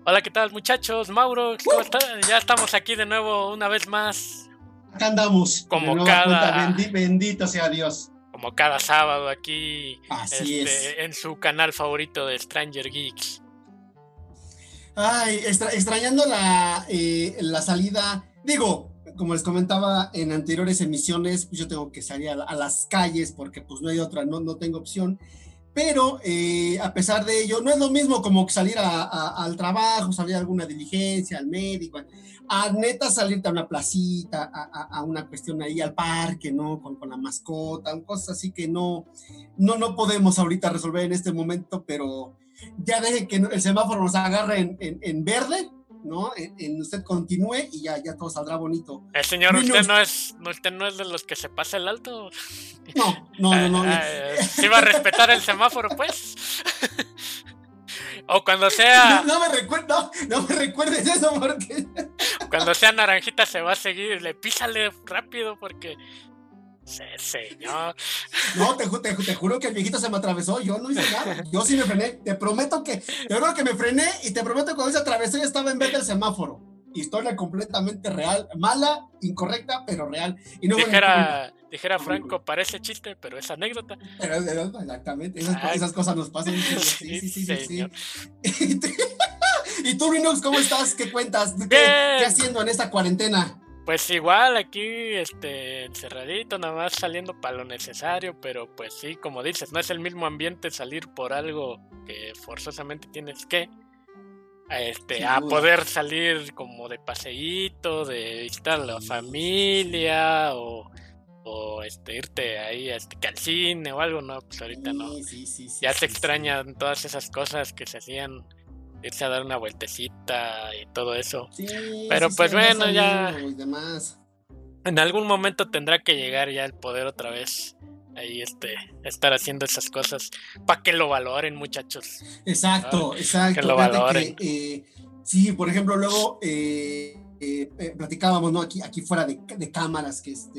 Hola, ¿qué tal, muchachos? Mauro, ¿cómo están? Ya estamos aquí de nuevo, una vez más. Acá andamos, de Como nueva cuenta, cada, bendito sea Dios. como cada sábado aquí, Así es. en su canal favorito de Stranger Geeks. Ay, extrañando la salida. Digo, como les comentaba en anteriores emisiones, pues yo tengo que salir a las calles porque pues no hay otra, no tengo opción. Pero a pesar de ello, no es lo mismo como salir al trabajo, salir a alguna diligencia, al médico, a neta salirte a una placita, a una cuestión ahí al parque, ¿no? Con la mascota, cosas así que no podemos ahorita resolver en este momento, pero ya deje que el semáforo nos agarre en verde, ¿no? Usted continúe y ya todo saldrá bonito. Señor, Linux, usted no es de los que se pasa el alto. no. ¿Sí va a respetar el semáforo, pues? O cuando sea... No me recuerdes eso porque... Cuando sea naranjita se va a seguir, písale rápido porque... Señor. No, te juro que el viejito se me atravesó, yo no hice nada, yo sí me frené, te prometo que me frené y te prometo que cuando se atravesó ya estaba en verde el semáforo. Historia completamente real, mala, incorrecta, pero real. Y no dijera Franco, parece chiste, pero es anécdota. Pero, exactamente, esas cosas nos pasan. Sí. ¿Y tú, Linux, cómo estás? ¿Qué cuentas? ¿Qué haciendo en esta cuarentena? Pues igual aquí, encerradito, nada más saliendo para lo necesario, pero pues sí, como dices, no es el mismo ambiente salir por algo que forzosamente tienes que, a poder salir como de paseíto, de visitar a la familia o irte ahí que al cine o algo, no, pues ahorita no. Ya se extrañan todas esas cosas que se hacían, irse a dar una vueltecita y todo eso. Pero pues bueno, ya en algún momento tendrá que llegar ya el poder otra vez ahí estar haciendo esas cosas para que lo valoren, muchachos. Exacto. Que lo valoren. Sí, por ejemplo, luego platicábamos, ¿no? Aquí fuera de cámaras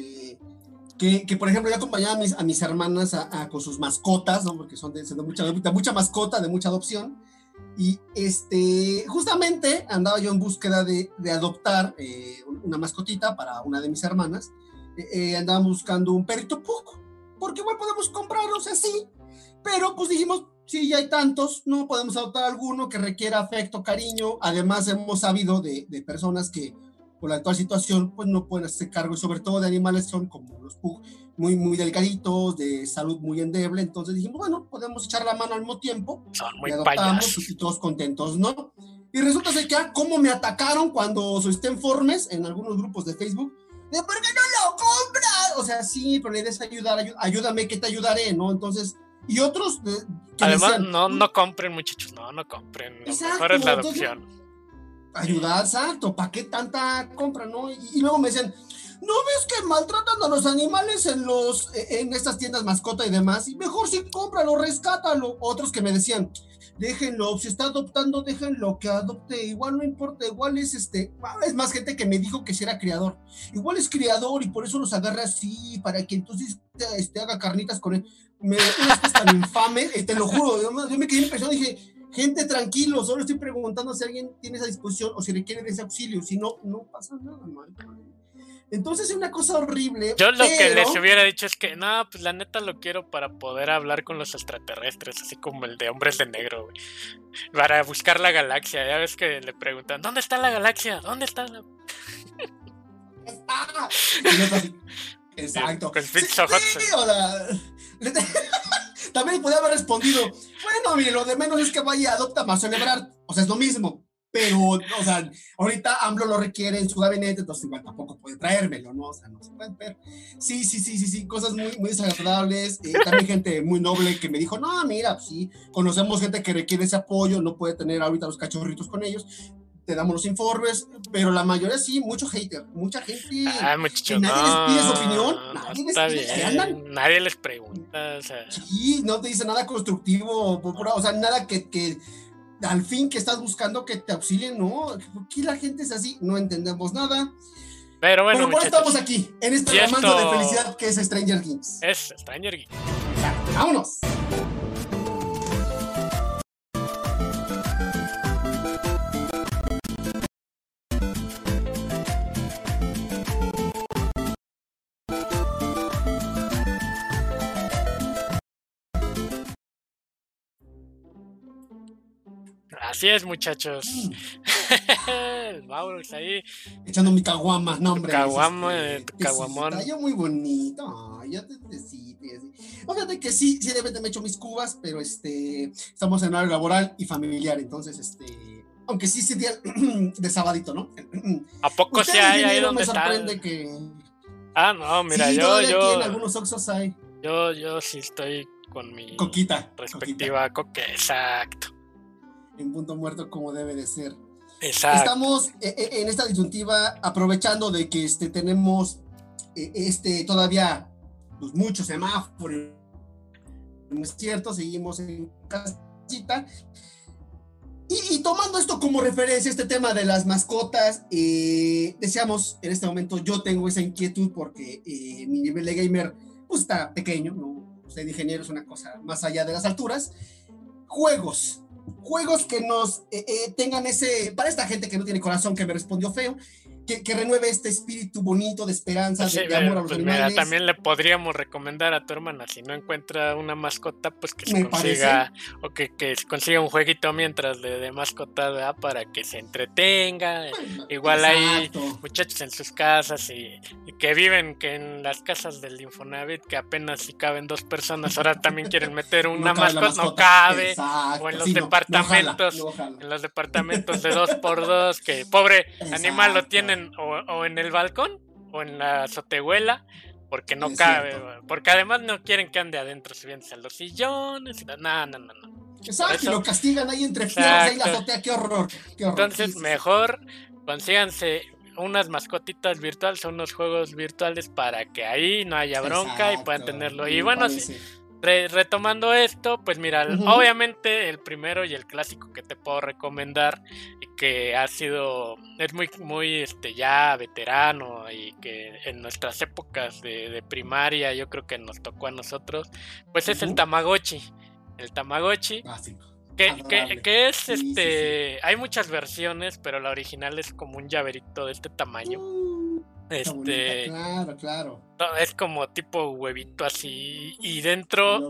que por ejemplo yo acompañaba a mis hermanas con sus mascotas, ¿no? Porque son de mucha mascota, de mucha adopción. Y justamente andaba yo en búsqueda de adoptar una mascotita para una de mis hermanas. Andábamos buscando un perrito pug, porque igual podemos comprarlos así, pero pues dijimos, si ya hay tantos, no podemos adoptar alguno que requiera afecto, cariño. Además hemos sabido de personas que por la actual situación pues no pueden hacerse cargo, y sobre todo de animales son como los pug, muy, muy delicaditos, de salud muy endeble. Entonces dijimos, bueno, podemos echar la mano al mismo tiempo. Son muy y adoptamos payasos. y todos contentos, ¿no? Y resulta ser que cómo me atacaron cuando solicité informes en algunos grupos de Facebook. ¿De por qué no lo compras? O sea, sí, pero la idea es ayúdame que te ayudaré, ¿no? Entonces, y otros que además decían, no compren, muchachos, no compren. Lo mejor es la adopción. Entonces, ayudar, exacto, ¿para qué tanta compra, no? Y luego me decían, ¿no ves que maltratan a los animales en estas tiendas mascota y demás? Y mejor sí, cómpralo, rescátalo. Otros que me decían, déjenlo, si está adoptando, déjenlo que adopte, igual no importa, igual es más gente que me dijo que si era criador, igual es criador y por eso los agarra así, para que entonces haga carnitas con él. Una cosa tan infame, te lo juro, yo me quedé impresionado y dije, gente, tranquilo, solo estoy preguntando si alguien tiene esa disposición o si requiere de ese auxilio, si no, no pasa nada, no hay problema. Entonces es una cosa horrible. Yo lo que les hubiera dicho es que, no, pues la neta lo quiero para poder hablar con los extraterrestres, así como el de Hombres de Negro, güey. Para buscar la galaxia. Ya ves que le preguntan, ¿dónde está la galaxia? ¿Dónde está la...? Exacto. Con Pizza Hudson. También podría haber respondido, bueno, mire, lo de menos es que vaya a adoptar más celebrar, o sea, es lo mismo. Pero, o sea, ahorita AMLO lo requiere en su gabinete, entonces igual tampoco puede traérmelo, ¿no? O sea, no se pueden ver. Sí, cosas muy, muy desagradables. También gente muy noble que me dijo, no, mira, pues sí, conocemos gente que requiere ese apoyo, no puede tener ahorita los cachorritos con ellos, te damos los informes, pero la mayoría sí, mucha gente muchacho, nadie les pide su opinión, nadie les pregunta, o sea. Sí, no te dice nada constructivo, o sea, nada que al fin que estás buscando que te auxilien, ¿no? ¿Por qué la gente es así? No entendemos nada. Pero bueno, por estamos aquí, en este romance de felicidad que es Stranger Things. Es Stranger Things. ¡Vámonos! Así es, muchachos. El Mauro está ahí. Echando mi caguama, no, hombre. Tu caguamón. Está yo muy bonito. Ay, yo te sí. Fíjate que sí, de repente me echo mis cubas, pero estamos en horario laboral y familiar, entonces, aunque sí día de sabadito, ¿no? ¿A poco sí hay ahí donde me sorprende está? Que... Ah, no, mira, sí, yo aquí en algunos Oxxos hay. Yo sí estoy con mi coquita respectiva coca, exacto. En punto muerto como debe de ser. Exacto. Estamos en esta disyuntiva aprovechando de que tenemos todavía pues, muchos semáforos, no es cierto, seguimos en casita. Y tomando esto como referencia, este tema de las mascotas, deseamos en este momento, yo tengo esa inquietud porque mi nivel de gamer pues, está pequeño, ¿no? Ser ingeniero es una cosa más allá de las alturas. Juegos que nos tengan para esta gente que no tiene corazón, que me respondió feo, que renueve este espíritu bonito de esperanza, sí, de amor a los animales. Mira, también le podríamos recomendar a tu hermana, si no encuentra una mascota, pues que se consiga, o que consiga un jueguito mientras le dé mascota, ¿verdad? Para que se entretenga. Igual exacto. Hay muchachos en sus casas y que viven que en las casas del Infonavit, que apenas si caben 2 personas, ahora también quieren meter una mascota, no cabe. Exacto. O en los departamentos, no jala. En los departamentos de 2x2, que pobre exacto. Animal lo tienen o en el balcón o en la azotehuela porque no cabe, cierto. Porque además no quieren que ande adentro subiéndose a los sillones. No. Exacto, y lo castigan ahí entre fierros, ahí la azotea, qué horror. Entonces sí, mejor consíganse unas mascotitas virtuales o unos juegos virtuales para que ahí no haya bronca exacto, y puedan tenerlo. Y bueno, sí, retomando esto, pues mira, obviamente el primero y el clásico que te puedo recomendar y que es muy ya veterano y que en nuestras épocas de primaria yo creo que nos tocó a nosotros, pues es el Tamagotchi. El Tamagotchi. Que es sí. Hay muchas versiones, pero la original es como un llaverito de este tamaño. Claro. Es como tipo huevito así y dentro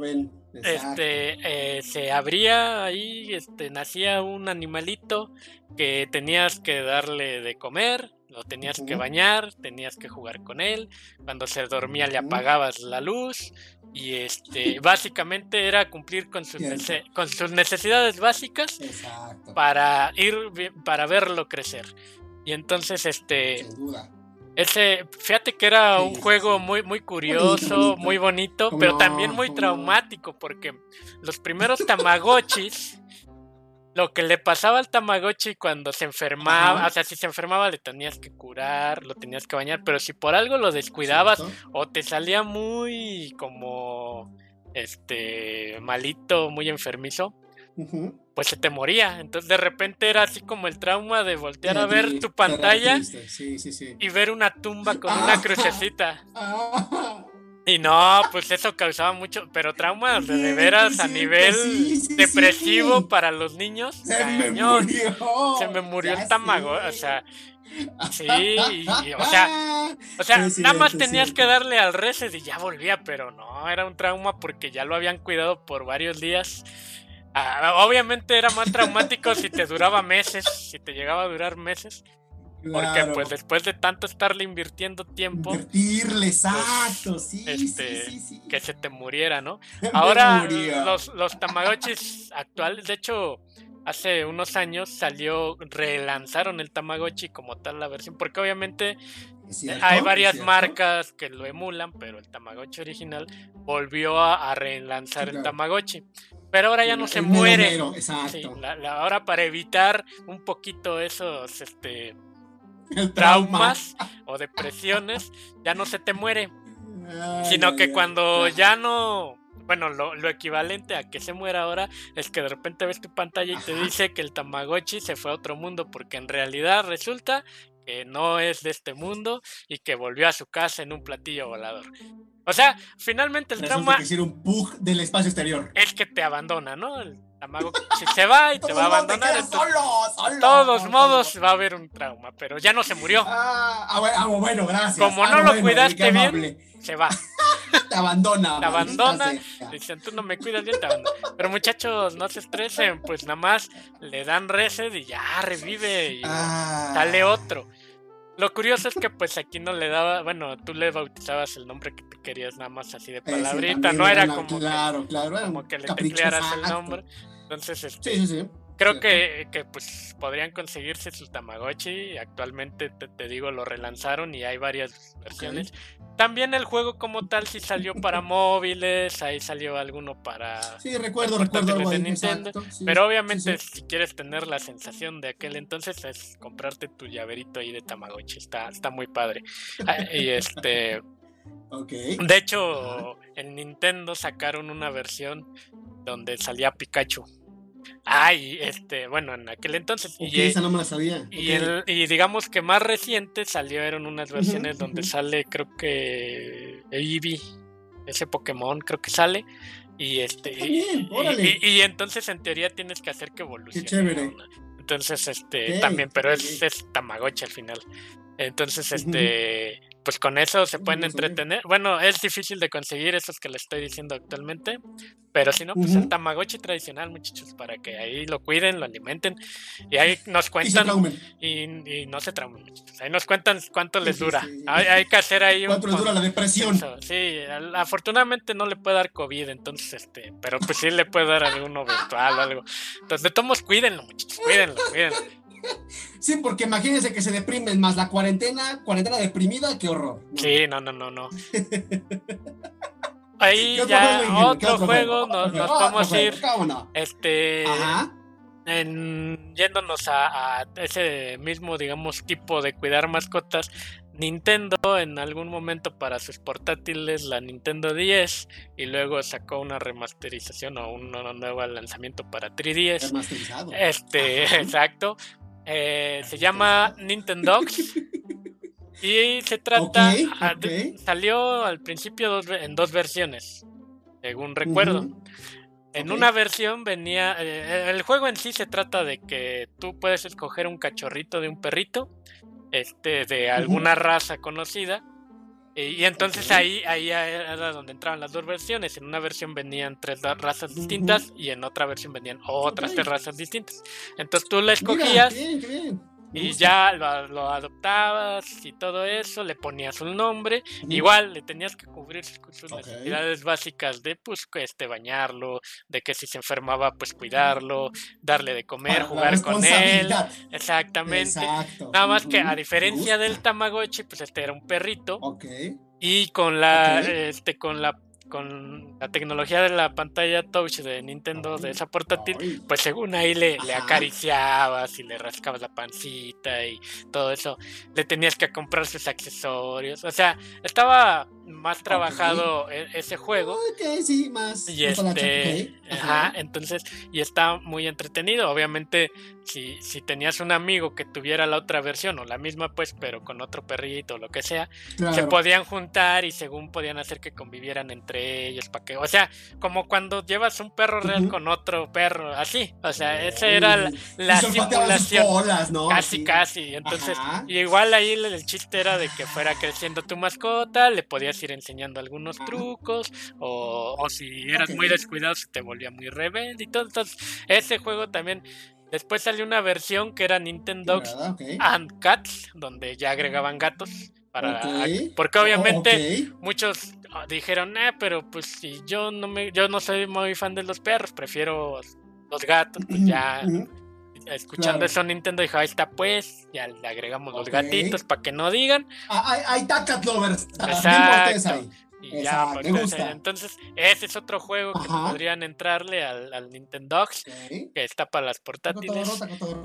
se abría ahí, nacía un animalito que tenías que darle de comer, lo tenías que bañar, tenías que jugar con él, cuando se dormía le apagabas la luz y básicamente era cumplir con sus necesidades básicas. Exacto. para verlo crecer. Y entonces sin duda. Fíjate que era un juego muy, muy curioso, muy bonito, pero también muy traumático, porque los primeros Tamagotchis, lo que le pasaba al Tamagotchi cuando se enfermaba, o sea, si se enfermaba le tenías que curar, lo tenías que bañar, pero si por algo lo descuidabas o te salía muy como malito, muy enfermizo, pues se te moría. Entonces de repente era así como el trauma de voltear a ver tu pantalla y ver una tumba con una crucecita. Y no, pues eso causaba mucho, pero traumas de veras a nivel depresivo para los niños. Se me murió el Tamagotchi, o sea, sí, o sea, nada más tenías que darle al reset y ya volvía, pero no, era un trauma porque ya lo habían cuidado por varios días. Obviamente era más traumático si te duraba meses, si te llegaba a durar meses. Claro. Porque pues después de tanto estarle invirtiendo tiempo, invertirle, exacto, pues, sí. Que se te muriera, ¿no? Ahora los Tamagotchis actuales, de hecho, hace unos años relanzaron el Tamagotchi como tal la versión, porque obviamente hay varias marcas que lo emulan, pero el Tamagotchi original volvió a relanzar el Tamagotchi. Pero ahora ya no se muere. Exacto. Sí, ahora para evitar un poquito esos traumas o depresiones, ya no se te muere, sino que cuando ya no, bueno, lo equivalente a que se muera ahora es que de repente ves tu pantalla y te dice que el Tamagotchi se fue a otro mundo, porque en realidad resulta que no es de este mundo y que volvió a su casa en un platillo volador. O sea, finalmente el trauma es un bug del espacio exterior. Es que te abandona, ¿no? El Tamagotchi se va y te va a abandonar. De todos modos va a haber un trauma, pero ya no se murió. Bueno, gracias. Como no lo cuidaste bien, se va. Te abandona. Te abandona, dicen, tú no me cuidas bien, te abandona. Pero muchachos, no se estresen, pues nada más le dan reset y ya revive y sale otro. Lo curioso es que pues aquí no le daba, bueno, tú le bautizabas el nombre que tú querías nada más así de palabrita, no era como como que le teclearas el nombre. Entonces, sí. Creo que pues podrían conseguirse su Tamagotchi. Actualmente te digo, lo relanzaron y hay varias versiones. También el juego como tal sí salió para móviles, ahí salió alguno para recuerdo algo de ahí, Nintendo. Exacto, pero obviamente si quieres tener la sensación de aquel entonces es comprarte tu llaverito ahí de Tamagotchi. Está muy padre. Y de hecho, en Nintendo sacaron una versión donde salía Pikachu. Bueno, en aquel entonces. Esa no me la sabía. Y digamos que más reciente salieron unas versiones donde sale, creo que Eevee, ese Pokémon, creo que sale. Y y entonces en teoría tienes que hacer que evolucione. Qué chévere. Entonces, también, pero es Tamagotchi al final. Entonces, pues con eso se pueden entretener. Bueno, es difícil de conseguir esos que les estoy diciendo actualmente, pero si no, pues el Tamagotchi tradicional, muchachos, para que ahí lo cuiden, lo alimenten y ahí nos cuentan y no se traumen, muchachos. Ahí nos cuentan cuánto les dura. Hay que hacer ahí cuánto les dura la depresión. Sí, afortunadamente no le puede dar COVID, entonces pero pues sí le puede dar alguno virtual o algo. Entonces, de todos modos, cuídenlo, muchachos, cuídenlo. Sí, porque imagínense que se deprimen más la cuarentena deprimida, qué horror. ¿No? Sí, no. Ahí ya otro juego nos podemos ir yéndonos a ese mismo, digamos, tipo de cuidar mascotas. Nintendo en algún momento para sus portátiles, la Nintendo 10, y luego sacó una remasterización o un nuevo lanzamiento para 3DS. Remasterizado. Exacto. Se llama Nintendogs y se trata salió al principio en dos versiones, según recuerdo. En una versión venía el juego en sí se trata de que tú puedes escoger un cachorrito de un perrito de alguna raza conocida. Y entonces ahí era donde entraban las dos versiones. En una versión venían 3 razas distintas y en otra versión venían otras 3 razas distintas. Entonces tú la escogías. Mira, qué bien. Y ya lo adoptabas y todo eso, le ponías un nombre. Igual le tenías que cubrir sus necesidades básicas de pues bañarlo, de que si se enfermaba pues cuidarlo, darle de comer, jugar con él. Exactamente. Exacto. Nada más que a diferencia del Tamagotchi, pues era un perrito. Y con la con la tecnología de la pantalla touch de Nintendo, de esa portátil, pues según ahí le acariciabas y le rascabas la pancita y todo eso, le tenías que comprar sus accesorios, o sea, estaba más trabajado ese juego. Sí, más. Y entonces, y está muy entretenido. Obviamente, si tenías un amigo que tuviera la otra versión o la misma, pues, pero con otro perrito o lo que sea, se podían juntar y según podían hacer que convivieran entre ellos, para que, o sea, como cuando llevas un perro real con otro perro, así, o sea, esa era la simulación. Colas, ¿no? Casi. Entonces, igual ahí el chiste era de que fuera creciendo tu mascota, le podías ir enseñando algunos trucos, o si eras muy descuidado se te volvía muy rebelde y todo. Entonces, ese juego también. Después salió una versión que era Nintendogs and Cats, donde ya agregaban gatos porque obviamente muchos dijeron, pero pues si yo no soy muy fan de los perros, prefiero los gatos, pues ya escuchando eso Nintendo dijo, ahí está pues, ya le agregamos los gatitos para que no digan. Ahí está Cat Lovers. Exacto. Y ya, me gusta. Entonces, ese es otro juego que podrían entrarle al Nintendogs, que está para las portátiles.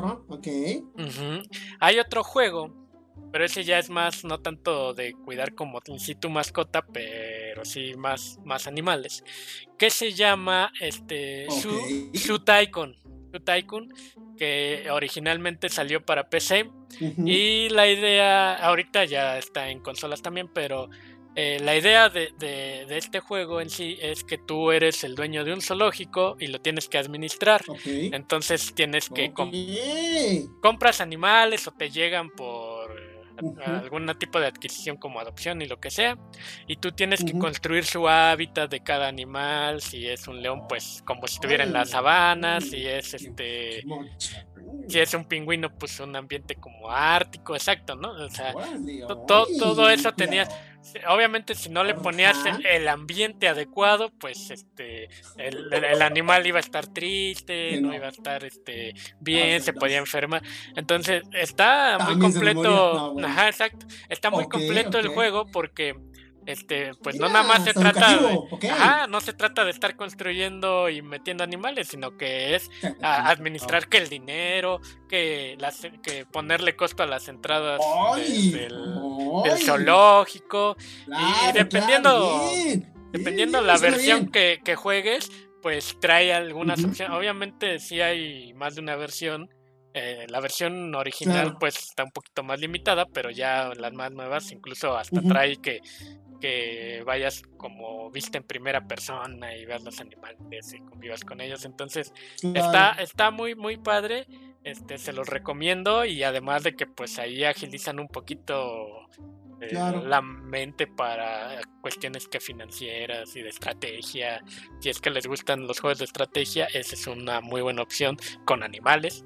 Hay otro juego, pero ese ya es más, no tanto de cuidar como en sí tu mascota, pero sí más animales, que se llama Zoo Tycoon. Zoo Tycoon, que originalmente salió para PC, y la idea, ahorita ya está en consolas también, pero la idea de este juego en sí es que tú eres el dueño de un zoológico y lo tienes que administrar. Entonces tienes que compras animales o te llegan por algún tipo de adquisición como adopción y lo que sea, y tú tienes que construir su hábitat de cada animal. Si es un león, pues como si estuviera en la sabana. Si es si es un pingüino, pues un ambiente como ártico, exacto, ¿no? O sea, todo eso tenías. Obviamente, si no le ponías el ambiente adecuado, pues el animal iba a estar triste, no iba a estar bien, se podía enfermar. Entonces, está muy completo. Ajá, exacto. Está muy completo el juego porque pues no nada más se trata no se trata de estar construyendo y metiendo animales, sino que es administrar que el dinero, que ponerle costo a las entradas del zoológico, y dependiendo la versión que juegues, pues trae algunas opciones. Obviamente sí hay más de una versión. La versión original pues está un poquito más limitada, pero ya las más nuevas incluso hasta trae que vayas como viste en primera persona y veas los animales y convivas con ellos. Entonces está muy muy padre. Se los recomiendo, y además de que pues ahí agilizan un poquito la mente para cuestiones que financieras y de estrategia. Si es que les gustan los juegos de estrategia, esa es una muy buena opción con animales.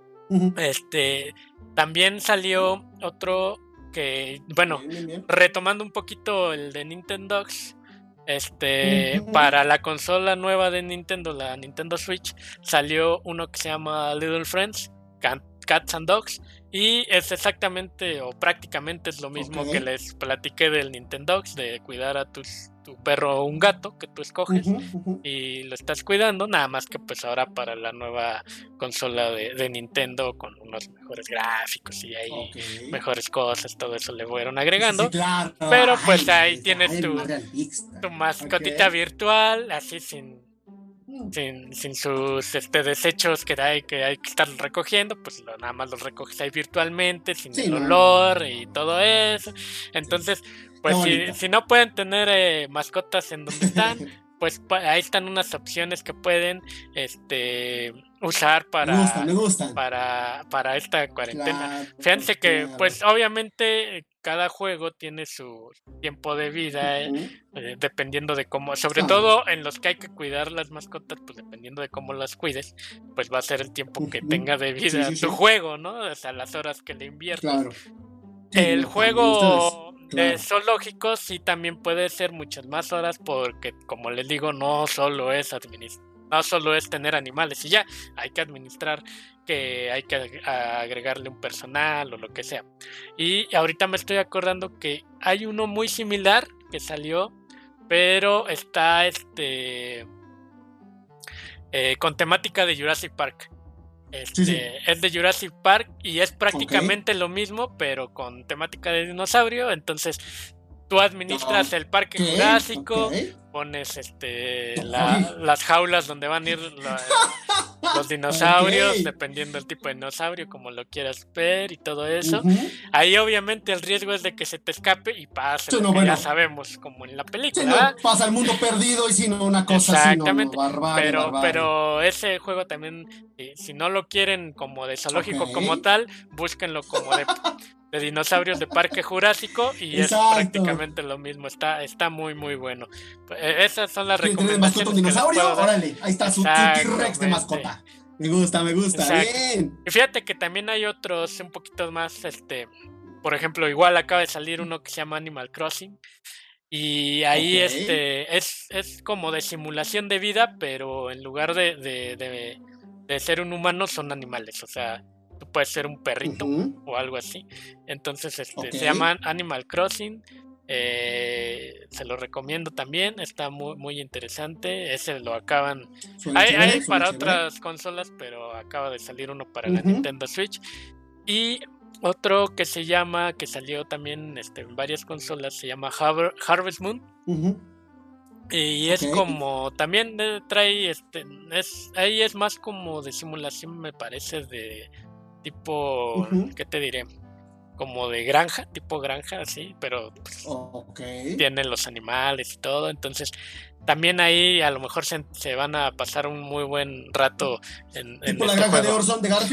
También salió otro que, bueno, retomando un poquito el de Nintendogs, para la consola nueva de Nintendo, la Nintendo Switch, salió uno que se llama Little Friends, Cats and Dogs, y es exactamente o prácticamente es lo mismo que les platiqué del Nintendogs, de cuidar a tu perro o un gato que tú escoges y lo estás cuidando, nada más que pues ahora para la nueva consola de Nintendo, con unos mejores gráficos y ahí mejores cosas, todo eso le fueron agregando. Pero pues ahí tienes tu mascotita virtual, así sin sus desechos que hay que estar recogiendo, pues nada más los recoges ahí virtualmente, sin el olor y todo eso. Entonces, pues si no pueden tener mascotas en donde están, pues ahí están unas opciones que pueden usar me gustan. para esta cuarentena. Fíjense que pues obviamente cada juego tiene su tiempo de vida, dependiendo de cómo, sobre todo en los que hay que cuidar las mascotas, pues dependiendo de cómo las cuides, pues va a ser el tiempo que tenga de vida tu juego, ¿no? O sea, las horas que le inviertes. El juego de zoológicos sí también puede ser muchas más horas, porque como les digo, no solo es tener animales y ya, hay que administrar, que hay que agregarle un personal o lo que sea. Y ahorita me estoy acordando que hay uno muy similar que salió, pero está con temática de Jurassic Park. Es de Jurassic Park y es prácticamente lo mismo, pero con temática de dinosaurio. Entonces tú administras el parque jurásico, pones las jaulas donde van a ir los dinosaurios, dependiendo del tipo de dinosaurio, como lo quieras ver y todo eso. Ahí obviamente el riesgo es de que se te escape y pase ya sabemos, como en la película. Pasa el mundo perdido y si no una cosa así. Exactamente. Pero ese juego también, si no lo quieren como de zoológico como tal, búsquenlo como de dinosaurios de parque jurásico y es prácticamente lo mismo. Está muy muy bueno. Esas son las recomendaciones. ¿Mascota un dinosaurio? Órale, ahí está su T-Rex de mascota. Me gusta, bien. Y fíjate que también hay otros un poquito más, por ejemplo, igual acaba de salir uno que se llama Animal Crossing. Y ahí es como de simulación de vida, pero en lugar de ser un humano son animales. O sea, tú puedes ser un perrito o algo así. Entonces se llama Animal Crossing. Se lo recomiendo también. Está muy, muy interesante. Ese lo acaban. Hay para otras consolas, pero acaba de salir uno para la Nintendo Switch. Y otro que salió también en varias consolas, se llama Harvest Moon. Y es como también trae ahí es más como de simulación, me parece, de tipo, ¿qué te diré? Como de granja, tipo granja, así, pero pues, tienen los animales y todo. Entonces también ahí a lo mejor se van a pasar un muy buen rato en ¿tipo la granja juego de Orson de Garfield?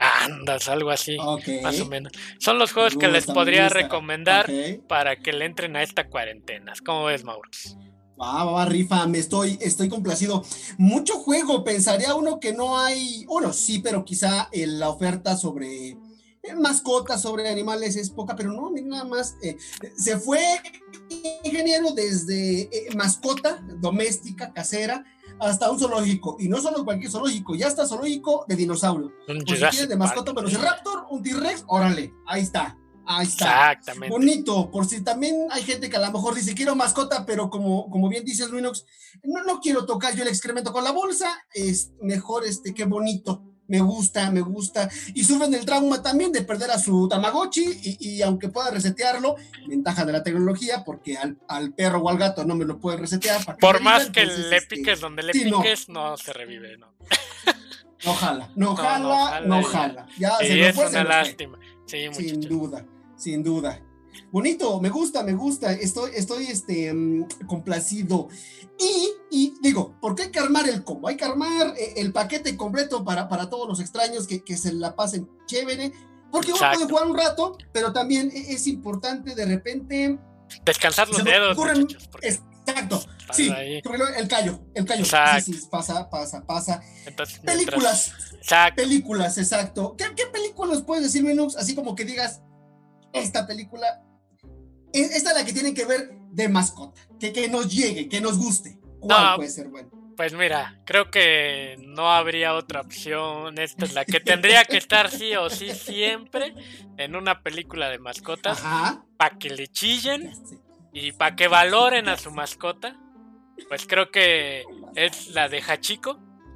Andas, algo así, Ok, más o menos. Son los juegos me que les gusta, me podría gusta. recomendar Ok. para que le entren a esta cuarentena. ¿Cómo ves, Mauro? Va, rifa, estoy complacido. Mucho juego, pensaría uno que no hay, bueno, sí, pero quizá la oferta sobre mascotas, sobre animales es poca, pero no, nada más. Se fue, ingeniero, desde mascota doméstica, casera, hasta un zoológico. Y no solo cualquier zoológico, ya está zoológico de dinosaurio. Un Por si quieres Jurassic de Park. mascota un velociraptor, un T-Rex, órale, ahí está. Ahí está. Exactamente. Bonito, por si también hay gente que a lo mejor dice, quiero mascota, pero como bien dice Luinox, no quiero tocar yo el excremento con la bolsa, es mejor qué bonito, me gusta, y sufren el trauma también de perder a su Tamagotchi, y aunque pueda resetearlo, ventaja de la tecnología, porque al perro o al gato no me lo pueden resetear. ¿Para Por reviva? más que Entonces, le piques donde le sí, piques, no se revive, ¿no? no jala, No jala. Ya y se nos es fue, una lástima. Sí, sin muchachos. duda, sin duda. Bonito, me gusta, estoy complacido. Y digo, ¿por qué hay que armar el combo? Hay que armar el paquete completo para todos los extraños que se la pasen chévere, porque uno puede jugar un rato, pero también es importante de repente descansar los dedos, muchachos. Exacto, sí, ahí. El callo, exacto. Sí, pasa. Entonces, películas, exacto. ¿Qué películas puedes decir, Linux? Así como que digas, esta película, esta es la que tienen que ver de mascota, que nos llegue, que nos guste. ¿Cuál puede ser bueno? Pues mira, creo que no habría otra opción. Esta es la que tendría que estar sí o sí siempre en una película de mascotas, para que le chillen y para que valoren a su mascota. Pues creo que es la de Hachiko.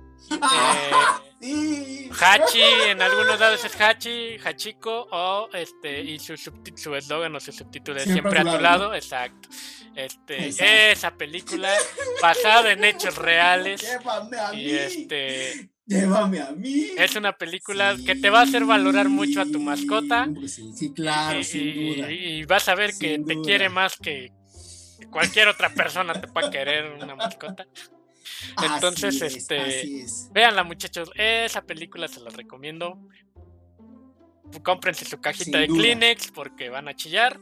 Sí. Hachi, en algunos lados es Hachi, Hachiko, o y su eslogan o su subtítulo es siempre a tu lado, ¿no? Exacto. Esa película basada en hechos reales. Llévame a y mí. Llévame a mí. Es una película que te va a hacer valorar mucho a tu mascota. Sí, claro, sin duda. Y vas a ver que te quiere más que cualquier otra persona te pueda querer una mascota. Entonces, así es. Véanla, muchachos, esa película se la recomiendo. Cómprense su cajita de Kleenex porque van a chillar.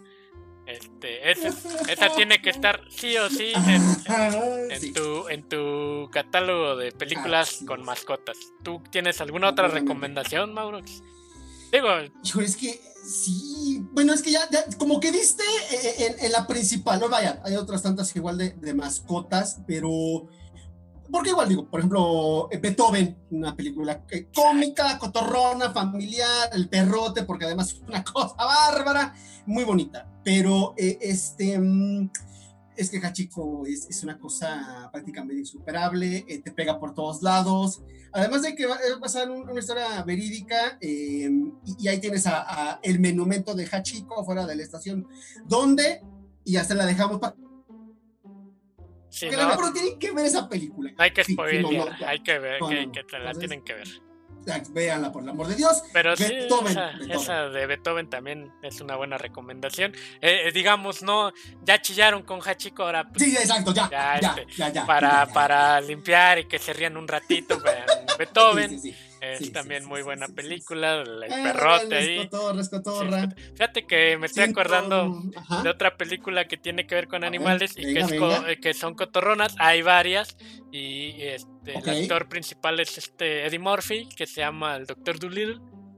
Esa tiene que estar sí o sí en tu catálogo de películas con mascotas. ¿Tú tienes alguna otra recomendación, Mauro? Digo, es que sí, bueno, es que ya como que diste en la principal, no vaya, hay otras tantas igual de mascotas, pero porque igual digo, por ejemplo, Beethoven, una película cómica, cotorrona, familiar, el perrote, porque además es una cosa bárbara, muy bonita, pero es que Hachiko es una cosa prácticamente insuperable, te pega por todos lados, además de que va a pasar una historia verídica, y ahí tienes el monumento de Hachiko afuera de la estación, donde, y hasta la dejamos para sí, que no, pero tienen que ver esa película. No hay que spoilear, hay que ver, que la tienen que ver. Véanla, por el amor de Dios. Pero Beethoven, esa de Beethoven también es una buena recomendación. Digamos, no, ya chillaron con Hachiko, ahora pues, sí, exacto, ya. Para limpiar y que se rían un ratito, vean Beethoven. Sí. Es también muy buena película, el perrote ahí. Cotorra. Fíjate que me estoy acordando de otra película que tiene que ver con animales y que son cotorronas. Hay varias y el actor principal es Eddie Murphy, que se llama el Dr. Dolittle.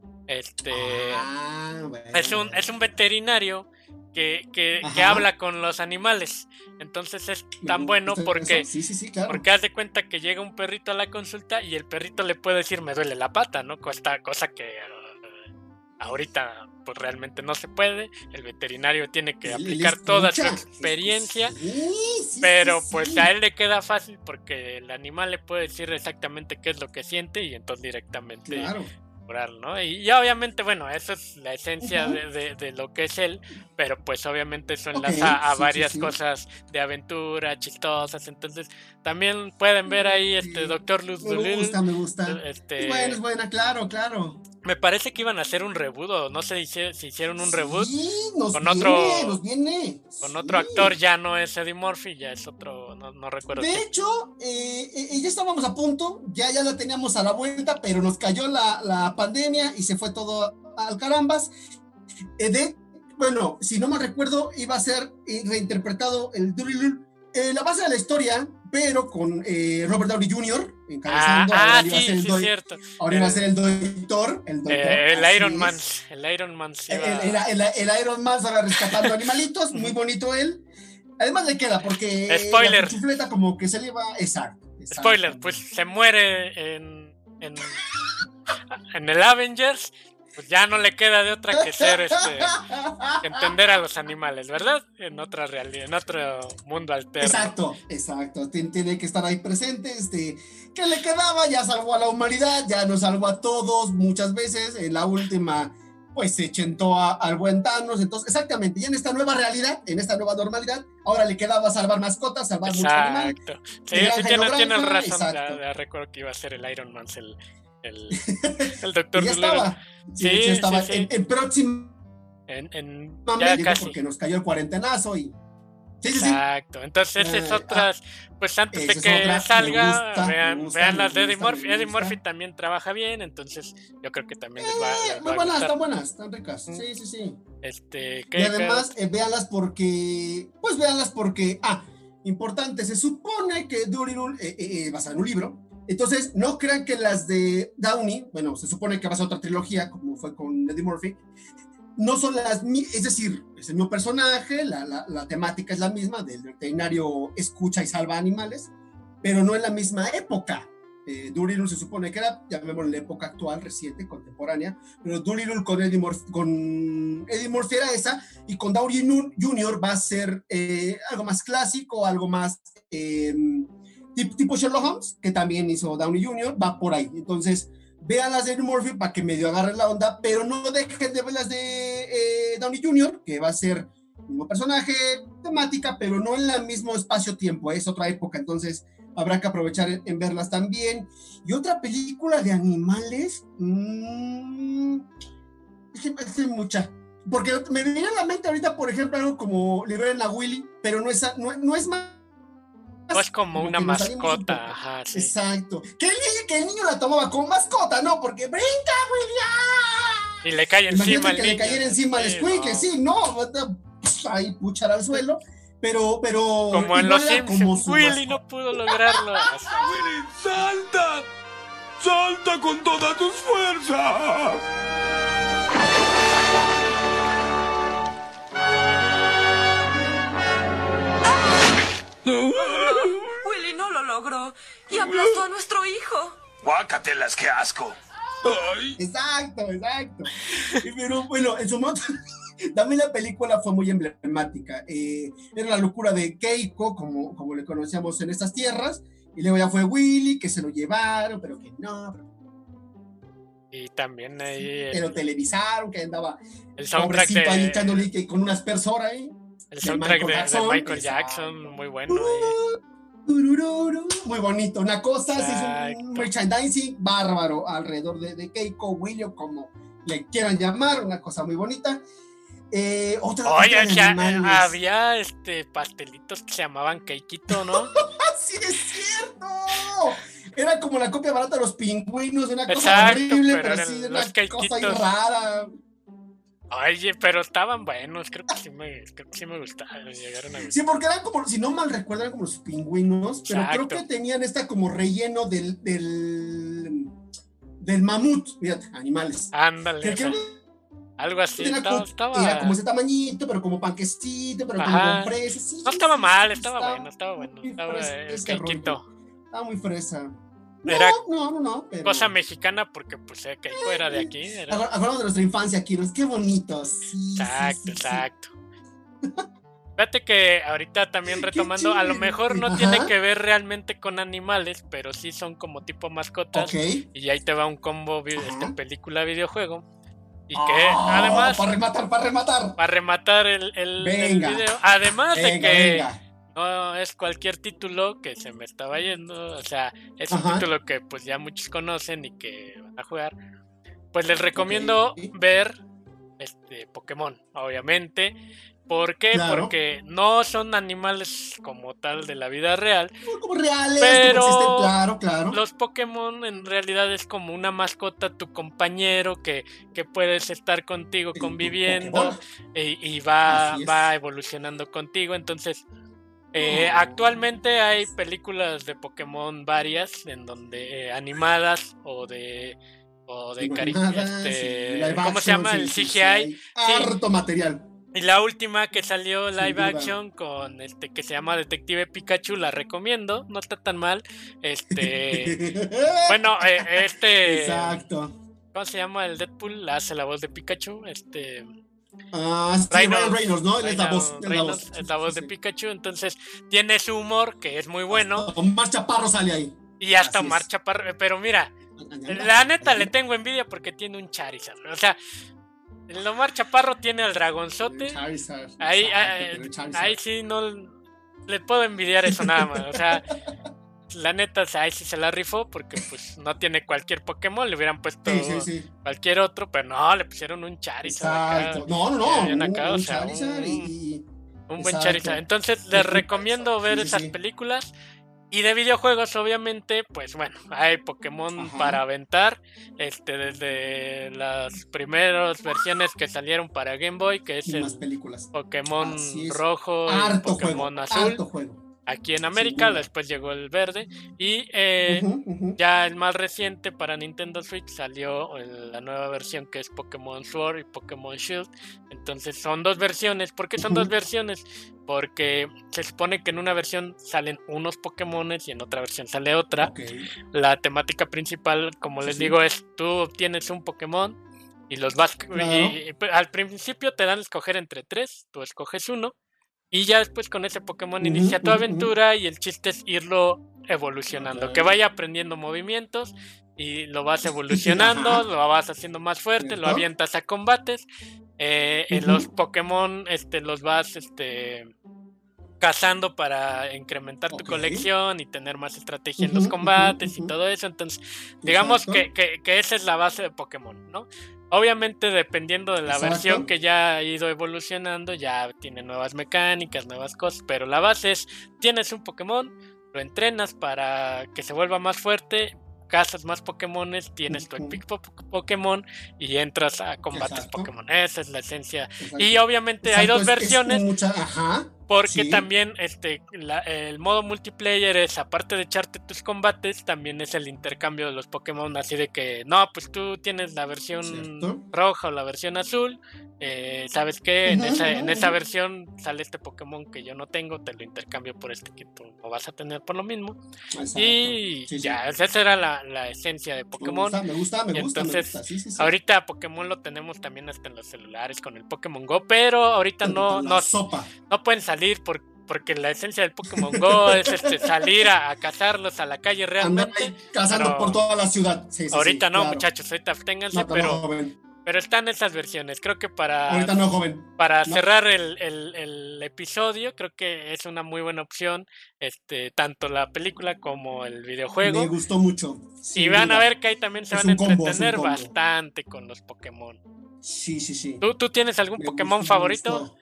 Es un veterinario que habla con los animales. Entonces es tan bueno porque claro. Porque haz de cuenta que llega un perrito a la consulta y el perrito le puede decir me duele la pata, ¿no? Cosa que ahorita pues realmente no se puede. El veterinario tiene que aplicar toda su experiencia, pero pues a él le queda fácil porque el animal le puede decir exactamente qué es lo que siente y entonces directamente ¿no? Y obviamente, bueno, eso es la esencia de lo que es él, pero pues obviamente eso enlaza a varias cosas de aventura, chistosas, entonces también pueden ver ahí Doctor Luz Dolittle. Me gusta. Es buena, claro. Me parece que iban a hacer un reboot, o no sé si hicieron un reboot Sí, con nos viene. con otro actor. Ya no es Eddie Murphy, ya es otro, no recuerdo De quién. hecho, ya estábamos a punto, ya la teníamos a la vuelta, pero nos cayó la pandemia y se fue todo al carambas. Bueno, si no me recuerdo, iba a ser reinterpretado el Doolittle, la base de la historia, pero con Robert Downey Jr. encabezando. Sí, cierto. Ahora iba a ser el doctor. El Iron Man. El Iron Man. El Iron Man estaba rescatando animalitos, muy bonito él. Además le queda, porque spoiler. La chufleta como que se le va. Exacto. Spoiler, pues se muere en el Avengers. Pues ya no le queda de otra que ser entender a los animales, ¿verdad? En otra realidad, en otro mundo alterno. Exacto. Tiene que estar ahí presente. ¿Qué le quedaba? Ya salvó a la humanidad, ya nos salvó a todos muchas veces. En la última, pues se chentó al buen Thanos. Entonces, exactamente, ya en esta nueva realidad, en esta nueva normalidad, ahora le quedaba salvar mascotas, salvar muchos animales. Sí, tienes razón. Ya recuerdo que iba a ser el Iron Man, el doctor. Ya estaba. Sí, estaba en próximo. Ya casi. Porque nos cayó el cuarentenazo y. Exacto. Entonces esas otras, pues antes de que salga, vean las de Eddie Murphy. Eddie Murphy también trabaja bien, entonces yo creo que también les va muy buenas, están buenas, están ricas. Sí. Y además, véanlas porque, importante, se supone que Doolittle basado en un libro. Entonces, no crean que las de Downey, bueno, se supone que va a ser otra trilogía, como fue con Eddie Murphy, no son las mismas, es decir, es el mismo personaje, la temática es la misma, del veterinario escucha y salva animales, pero no en la misma época. Doolittle se supone que era, llamémoslo en la época actual, reciente, contemporánea, pero Doolittle con Eddie Murphy era esa, y con Downey Jr. va a ser algo más clásico, algo más tipo Sherlock Holmes, que también hizo Downey Jr., va por ahí. Entonces, vean las de Eddie Murphy para que medio agarren la onda, pero no dejen de ver las de Downey Jr., que va a ser el mismo personaje, temática, pero no en el mismo espacio-tiempo, es otra época, entonces habrá que aprovechar en verlas también. Y otra película de animales, es mucha, porque me viene a la mente ahorita, por ejemplo, algo como Liberen a Willy, pero no es más. No es como una mascota, ajá, sí. Exacto. Que el niño la tomaba como mascota, ¿no? Porque brinca, William. Y le cae encima al niño. Que le cayera encima al squeaky, sí, no. Ahí puchar al suelo. Pero. Como en los Simpsons. Willy no pudo lograrlo. Willy, salta. Salta con todas tus fuerzas. Willy no lo logró y aplastó a nuestro hijo. Guácatelas, qué asco. Ay. Exacto. Pero bueno, en su momento también la película fue muy emblemática. Era la locura de Keiko, como le conocíamos en estas tierras, y luego ya fue Willy, que se lo llevaron, pero que no. Y también ahí que lo televisaron, que andaba el soundtrack ahí echándole con un aspersor ahí. El soundtrack de Michael Jackson, muy bueno. Muy bonito. Una cosa, es un merchandising bárbaro alrededor de Keiko, William, como le quieran llamar, una cosa muy bonita. Oye, había pastelitos que se llamaban Keikito, ¿no? ¡Sí, es cierto! Era como la copia barata de los pingüinos, una cosa horrible, pero sí, una cosa ahí rara. Oye, pero estaban buenos, creo que sí me gustaban, llegaron a gustar. Sí, porque eran como, si no mal recuerdo, eran como los pingüinos, pero creo que tenían como relleno del mamut, fíjate, animales. Ándale, algo así, era como ese tamañito, pero como panquecito, pero como con fresa. Sí, no estaba mal, estaba bueno. Estaba el Keikito. Estaba muy fresa. Era no, pero... cosa mexicana porque pues Keiko era de aquí. Hablamos de nuestra infancia aquí, ¿no? Qué bonitos. Sí, exacto. Fíjate que ahorita también retomando, a lo mejor no tiene que ver realmente con animales, pero sí son como tipo mascotas. Okay. Y ahí te va un combo película videojuego. Y que además para rematar el video, además de que no es cualquier título que se me estaba yendo, o sea, es un título que pues ya muchos conocen y que van a jugar. pues les recomiendo Ok. ver Pokémon, obviamente. ¿Por qué? Claro. Porque no son animales como tal de la vida real, Como reales, pero como existen, claro, claro. los Pokémon en realidad es como una mascota, tu compañero que puedes estar contigo Tu conviviendo Pokébola. y va Así es. evolucionando contigo. Entonces, Oh. actualmente hay películas de Pokémon varias en donde animadas o de Animadas y live ¿cómo se action, llama? El sí, CGI. hay Sí. harto material. Y la última que salió Sin live duda. action con que se llama Detective Pikachu, la recomiendo, no está tan mal. Bueno, Exacto. ¿cómo se llama? El Deadpool hace la voz de Pikachu, Sí, Ryan Reynolds, ¿no? Él es la voz. Ryan Reynolds es la voz de Pikachu, entonces tiene su humor que es muy bueno. Omar Chaparro sale ahí. Y hasta Así Omar es. Chaparro, pero mira, la neta le tengo envidia porque tiene un Charizard. O sea, el Omar Chaparro tiene al dragonzote. Charizard. Ahí, Exacto, pero Charizard. ahí sí no le puedo envidiar eso nada más. O sea, la neta, o sea, ahí sí se la rifó porque pues no tiene cualquier Pokémon. Le hubieran puesto Sí. cualquier otro, pero no, le pusieron un Charizard. Exacto. Acá. No. Bien acá, Un o sea, Charizard un buen Exacto. Charizard. Entonces les recomiendo ver esas películas. Y de videojuegos, obviamente, pues bueno, hay Pokémon para aventar, desde las primeras versiones que salieron para Game Boy, que es el Pokémon rojo y Pokémon azul. Harto juego. Aquí en América, después llegó el verde y ya el más reciente para Nintendo Switch salió la nueva versión que es Pokémon Sword y Pokémon Shield. Entonces son dos versiones. ¿Por qué son dos versiones? Porque se supone que en una versión salen unos Pokémones y en otra versión sale otra. La temática principal, como les digo, es tú obtienes un Pokémon y los vas... Y al principio te dan a escoger entre 3, tú escoges uno. Y ya después con ese Pokémon inicia tu aventura y el chiste es irlo evolucionando, que vaya aprendiendo movimientos y lo vas evolucionando, lo vas haciendo más fuerte, lo avientas a combates. En los Pokémon los vas cazando para incrementar tu colección y tener más estrategia en los combates y todo eso. Entonces, digamos que esa es la base de Pokémon, ¿no? Obviamente, dependiendo de la versión que ya ha ido evolucionando, ya tiene nuevas mecánicas, nuevas cosas, pero la base es, tienes un Pokémon, lo entrenas para que se vuelva más fuerte, cazas más Pokémones, tienes tu Epic Pokémon y entras a combates Pokémon. Esa es la esencia. Y obviamente hay dos versiones. Porque también el modo multiplayer es, aparte de echarte tus combates, también es el intercambio de los Pokémon, así de que, no, pues tú tienes la versión roja o la versión azul, ¿sabes qué? En esa versión sale este Pokémon que yo no tengo, te lo intercambio por este que tú no vas a tener por lo mismo. Y ya, esa era la esencia de Pokémon. Me gusta. Entonces, ahorita Pokémon lo tenemos también hasta en los celulares con el Pokémon Go, pero ahorita no pueden salir porque la esencia del Pokémon Go es salir a cazarlos a la calle realmente. Cazando por toda la ciudad. Ahorita no, muchachos, ahorita absténganse, pero están esas versiones. Creo que para cerrar el episodio, creo que es una muy buena opción, tanto la película como el videojuego. Me gustó mucho. Y van a ver que ahí también se van a entretener bastante con los Pokémon. Sí. ¿Tú tienes algún Pokémon favorito?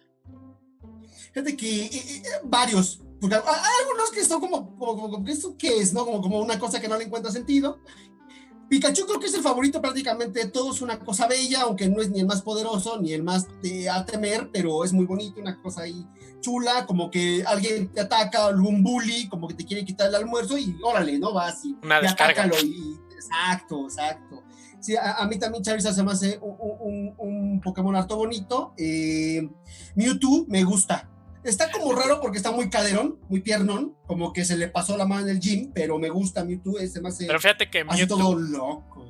Fíjate que varios, porque hay algunos que son como ¿esto qué es? ¿No? Como una cosa que no le encuentra sentido. Pikachu creo que es el favorito prácticamente de todos, una cosa bella, aunque no es ni el más poderoso, ni el más a temer, pero es muy bonito, una cosa ahí chula, como que alguien te ataca, algún bully, como que te quiere quitar el almuerzo y órale, ¿no? Vas y atácalo. Exacto. Sí, a mí también Charizard se me hace un Pokémon harto bonito. Mewtwo me gusta. Está como raro porque está muy caderón, muy piernón, como que se le pasó la mano en el gym, pero me gusta Mewtwo, se me hace. Pero fíjate que Mewtwo, todo loco.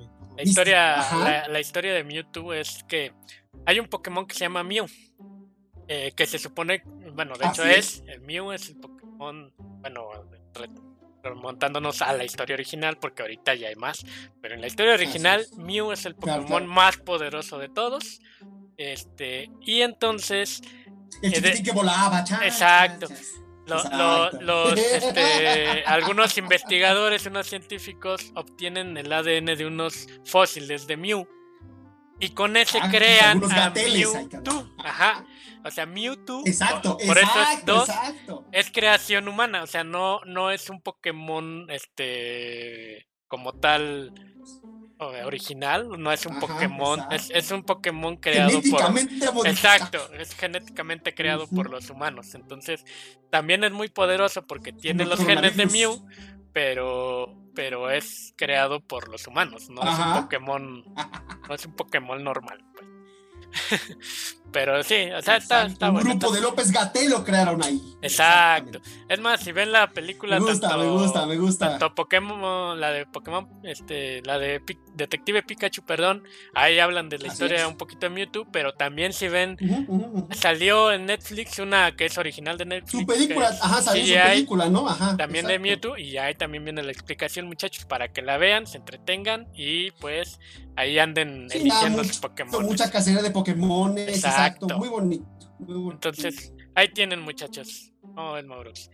La historia de Mewtwo es que hay un Pokémon que se llama Mew, que se supone, bueno, de hecho el Mew es el Pokémon, bueno, remontándonos a la historia original, porque ahorita ya hay más, pero en la historia original Mew es el Pokémon más poderoso de todos, y entonces el chiquitín que volaba, exacto. Algunos investigadores, unos científicos obtienen el ADN de unos fósiles de Mew Y con ese Ah, crean algunos a gateles hay, Mewtwo. cabrón. Ajá. O sea, Mewtwo. Exacto, Por eso es exacto, 2. exacto. Es creación humana. O sea, no es un Pokémon como tal original. No es un Ajá, Pokémon. exacto. Es un Pokémon creado por. Genéticamente modificado. Exacto, es genéticamente creado Ujú. por los humanos. Entonces, también es muy poderoso porque tiene Como los genes de coronavirus. Mew, pero es creado por los humanos. No es un Ajá. Pokémon. No es un Pokémon normal, pues. Pero sí, o sea, está Un bueno. grupo de López Gatell lo crearon ahí. Exacto. Es más, si ven la película, Me gusta, me gusta. tanto Pokémon, la de Pokémon, la de Detective Pikachu, perdón, ahí hablan de la Así historia es. un poquito de Mewtwo, pero también si ven, Ujú. salió en Netflix una que es original de Netflix. Su película, que es ajá, salió su CGI, película, ¿no? Ajá. también de exacto. Mewtwo, y ahí también viene la explicación, muchachos, para que la vean, se entretengan y pues ahí anden Sí, eligiendo sus Pokémon. mucha cacería de Pokémones, exacto. Exacto. Muy bonito. Muy bonito. Entonces, ahí tienen, muchachos. Oh, el Maurus.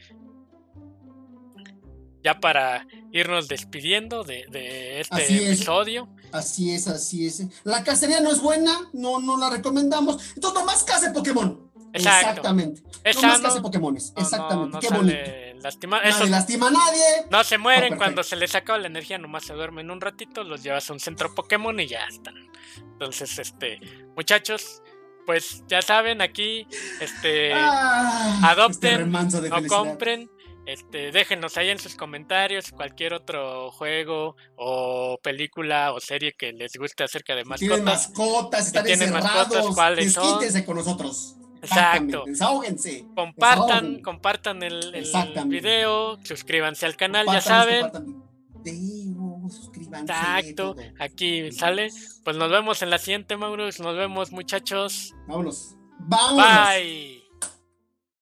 Ya para irnos despidiendo de este Así es. episodio. Así es, así es. La cacería no es buena, no la recomendamos. Entonces, nomás case Pokémon. Exacto. Exactamente. Es Nomás sano. case Pokémones. Exactamente. No Qué bonito. sale lastimado. Nadie Esos lastima a nadie. no se mueren. perfecto. Cuando se les acaba la energía, nomás se duermen un ratito, los llevas a un centro Pokémon y ya están. Entonces, muchachos, pues ya saben, aquí, adopten, remanso de no felicidad. compren. Déjenos ahí en sus comentarios cualquier otro juego o película o serie que les guste acerca de Si tienen mascotas. mascotas, están tienen mascotas, encerrados, ¿cuáles son? desquítense con nosotros. Exacto. Desahóguense. Compartan el Exactamente. video, suscríbanse al canal, Compartan, ya saben. compartan video, suscríbanse. Exacto, todo. aquí sale. Pues nos vemos en la siguiente, Maurus. Nos vemos, muchachos. Vámonos. Vámonos. Bye.